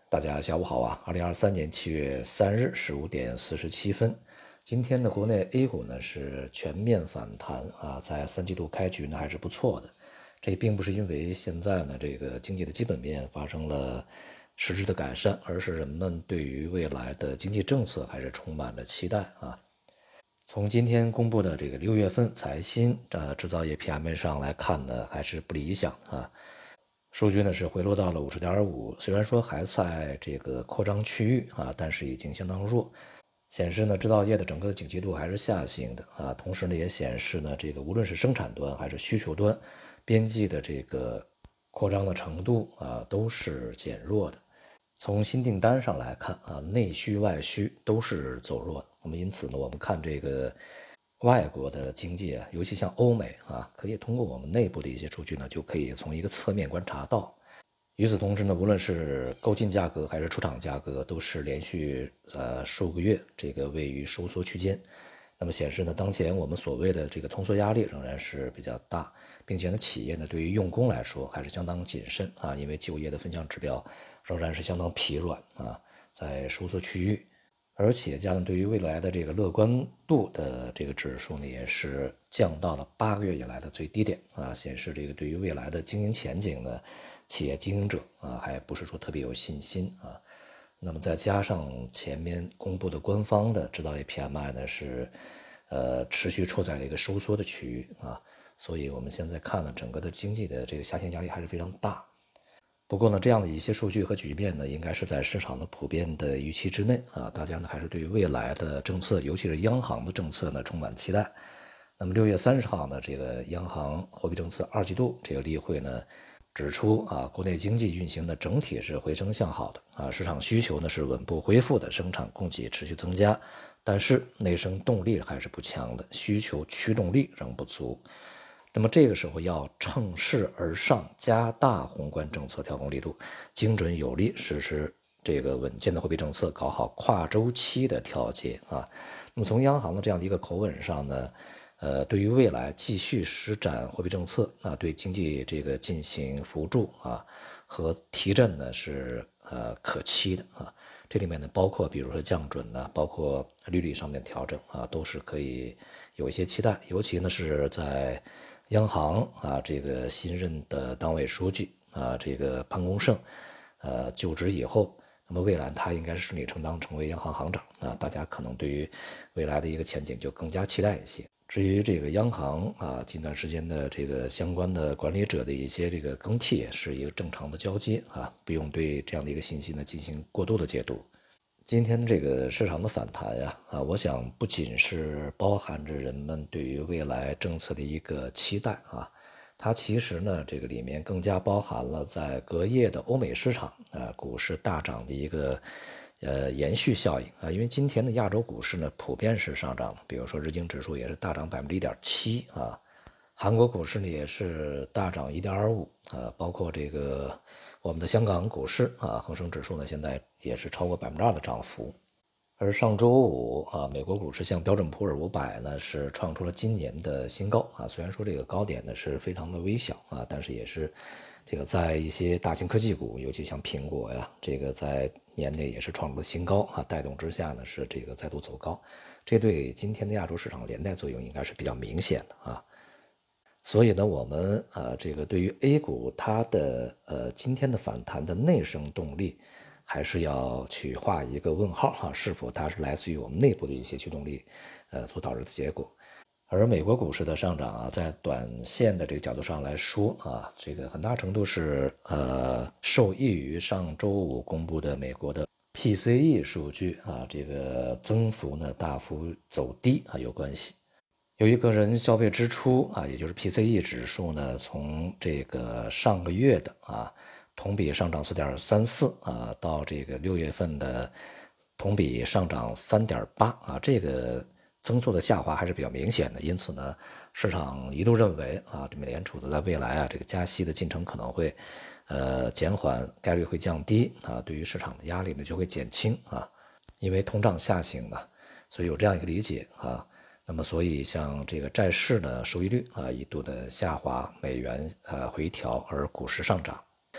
大家下午好啊！2023年7月3日15点47分，今天的国内 A 股呢是全面反弹啊，在三季度开局呢还是不错的。这并不是因为现在呢这个经济的基本面发生了实质的改善，而是人们对于未来的经济政策还是充满了期待啊。从今天公布的这个6月份财新制造业 PMI 上来看呢，还是不理想啊。数据呢是回落到了50.5，虽然说还在这个扩张区域啊，但是已经相当弱，显示呢制造业的整个的景气度还是下行的啊。同时呢也显示呢这个无论是生产端还是需求端，边际的这个扩张的程度啊都是减弱的。从新订单上来看啊，内需外需都是走弱的。那么因此呢，我们看这个外国的经济啊，尤其像欧美啊，可以通过我们内部的一些数据呢，就可以从一个侧面观察到。与此同时呢，无论是购进价格还是出厂价格，都是连续数个月这个位于收缩区间。那么显示呢，当前我们所谓的这个通缩压力仍然是比较大，并且呢，企业呢对于用工来说还是相当谨慎啊，因为就业的分项指标仍然是相当疲软啊，在收缩区域。而企业家呢对于未来的这个乐观度的这个指数呢，也是降到了8个月以来的最低点啊，显示这个对于未来的经营前景呢，企业经营者啊还不是说特别有信心啊。那么再加上前面公布的官方的制造业 PMI 呢是，持续处在一个收缩的区域啊，所以我们现在看呢，整个的经济的这个下行压力还是非常大。不过呢，这样的一些数据和局面呢，应该是在市场的普遍的预期之内啊，大家呢还是对于未来的政策，尤其是央行的政策呢，充满期待。那么6月30号呢，这个央行货币政策二季度这个例会呢，指出啊，国内经济运行的整体是回升向好的啊，市场需求呢是稳步恢复的，生产供给持续增加，但是内生动力还是不强的，需求驱动力仍不足。那么这个时候要乘势而上，加大宏观政策调控力度，精准有力实施这个稳健的货币政策，搞好跨周期的调节啊。那么从央行的这样的一个口吻上呢，对于未来继续施展货币政策啊，对经济这个进行扶助啊和提振呢是可期的啊。这里面呢包括比如说降准呢，包括利率上面的调整啊，都是可以有一些期待，尤其呢是在央行啊，这个新任的党委书记啊，这个潘功胜，就职以后，那么未来他应该是顺理成章成为央行行长啊，大家可能对于未来的一个前景就更加期待一些。至于这个央行啊，近段时间的这个相关的管理者的一些这个更替，是一个正常的交接啊，不用对这样的一个信息呢进行过度的解读。今天这个市场的反弹呀，我想不仅是包含着人们对于未来政策的一个期待啊，它其实呢，这个里面更加包含了在隔夜的欧美市场股市大涨的一个延续效应啊，因为今天的亚洲股市呢普遍是上涨的，比如说日经指数也是大涨1.7%啊，韩国股市呢也是大涨1.25%包括这个我们的香港股市啊，恒生指数呢现在也是超过2%的涨幅。而上周五啊，美国股市像标准普尔500呢是创出了今年的新高啊，虽然说这个高点呢是非常的微小啊，但是也是这个在一些大型科技股，尤其像苹果呀，这个在年内也是创出了新高啊，带动之下呢是这个再度走高，这对今天的亚洲市场连带作用应该是比较明显的啊。所以呢，我们这个对于 A 股它的今天的反弹的内生动力，还是要去画一个问号哈，是否它是来自于我们内部的一些驱动力所导致的结果。而美国股市的上涨啊，在短线的这个角度上来说啊，这个很大程度是受益于上周五公布的美国的 PCE 数据啊，这个增幅呢大幅走低啊有关系。由于个人消费支出啊，也就是 PCE 指数呢，从这个上个月的同比上涨4.34到这个6月份的同比上涨3.8这个增速的下滑还是比较明显的。因此呢，市场一度认为这美联储的在未来这个加息的进程可能会减缓，概率会降低对于市场的压力呢就会减轻因为通胀下行嘛，所以有这样一个理解那么，所以像这个债市的收益率一度的下滑，美元回调，而股市上涨。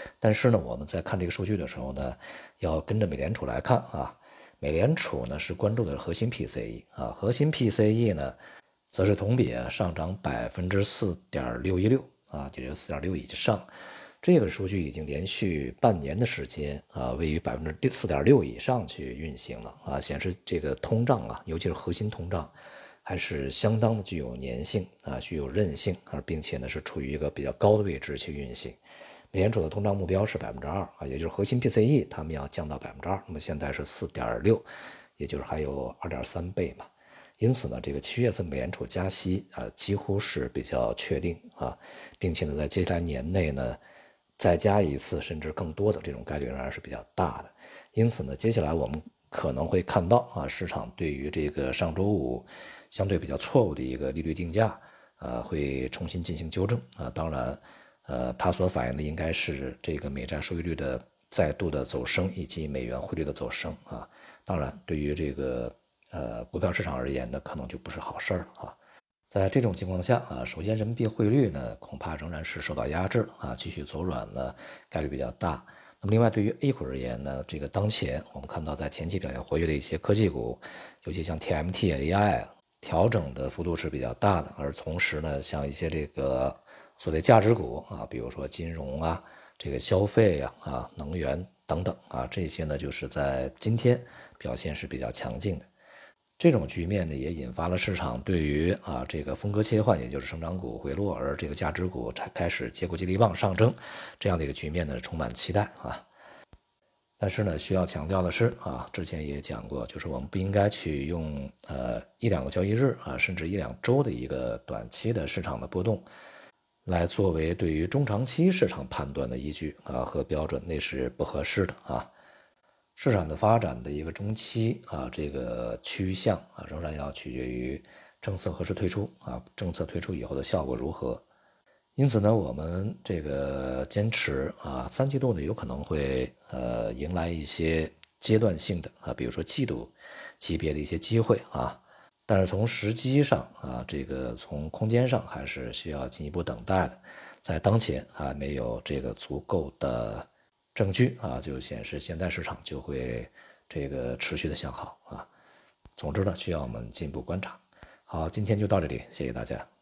但是呢，我们在看这个数据的时候呢，要跟着美联储来看啊。美联储呢是关注的是核心 PCE 啊，核心 PCE 呢，则是同比上涨4.616啊，也就是4.6以上。这个数据已经连续半年的时间啊，位于4.6%以上去运行了啊，显示这个通胀啊，尤其是核心通胀，还是相当的具有粘性啊，具有韧性啊，并且呢是处于一个比较高的位置去运行。美联储的通胀目标是2%啊，也就是核心 PCE 他们要降到2%，那么现在是4.6，也就是还有2.3倍嘛。因此呢，这个7月份美联储加息啊，几乎是比较确定啊，并且呢，在接下来年内呢，再加一次甚至更多的这种概率仍然是比较大的。因此呢，接下来我们可能会看到啊，市场对于这个上周五相对比较错误的一个利率定价，会重新进行纠正啊。当然，它所反映的应该是这个美债收益率的再度的走升，以及美元汇率的走升啊。当然，对于这个股票市场而言呢，可能就不是好事儿啊。在这种情况下啊，首先人民币汇率呢，恐怕仍然是受到压制啊，继续走软呢概率比较大。那么另外对于 A 股而言呢，这个当前我们看到在前期表现活跃的一些科技股，尤其像 TMT、AI 调整的幅度是比较大的，而同时呢，像一些这个所谓价值股啊，比如说金融啊、这个消费啊、能源等等啊，这些呢就是在今天表现是比较强劲的。这种局面呢，也引发了市场对于这个风格切换，也就是成长股回落，而这个价值股才开始借股激励棒上升，这样的一个局面呢，充满期待啊。但是呢，需要强调的是啊，之前也讲过，就是我们不应该去用一两个交易日啊，甚至一两周的一个短期的市场的波动，来作为对于中长期市场判断的依据啊和标准，那是不合适的啊。市场的发展的一个中期这个趋向仍然要取决于政策何时推出啊，政策推出以后的效果如何。因此呢，我们这个坚持三季度呢有可能会迎来一些阶段性的比如说季度级别的一些机会啊，但是从时机上这个从空间上还是需要进一步等待的，在当前没有这个足够的证据就显示现在市场就会这个持续的向好啊。总之呢，需要我们进一步观察。好，今天就到这里，谢谢大家。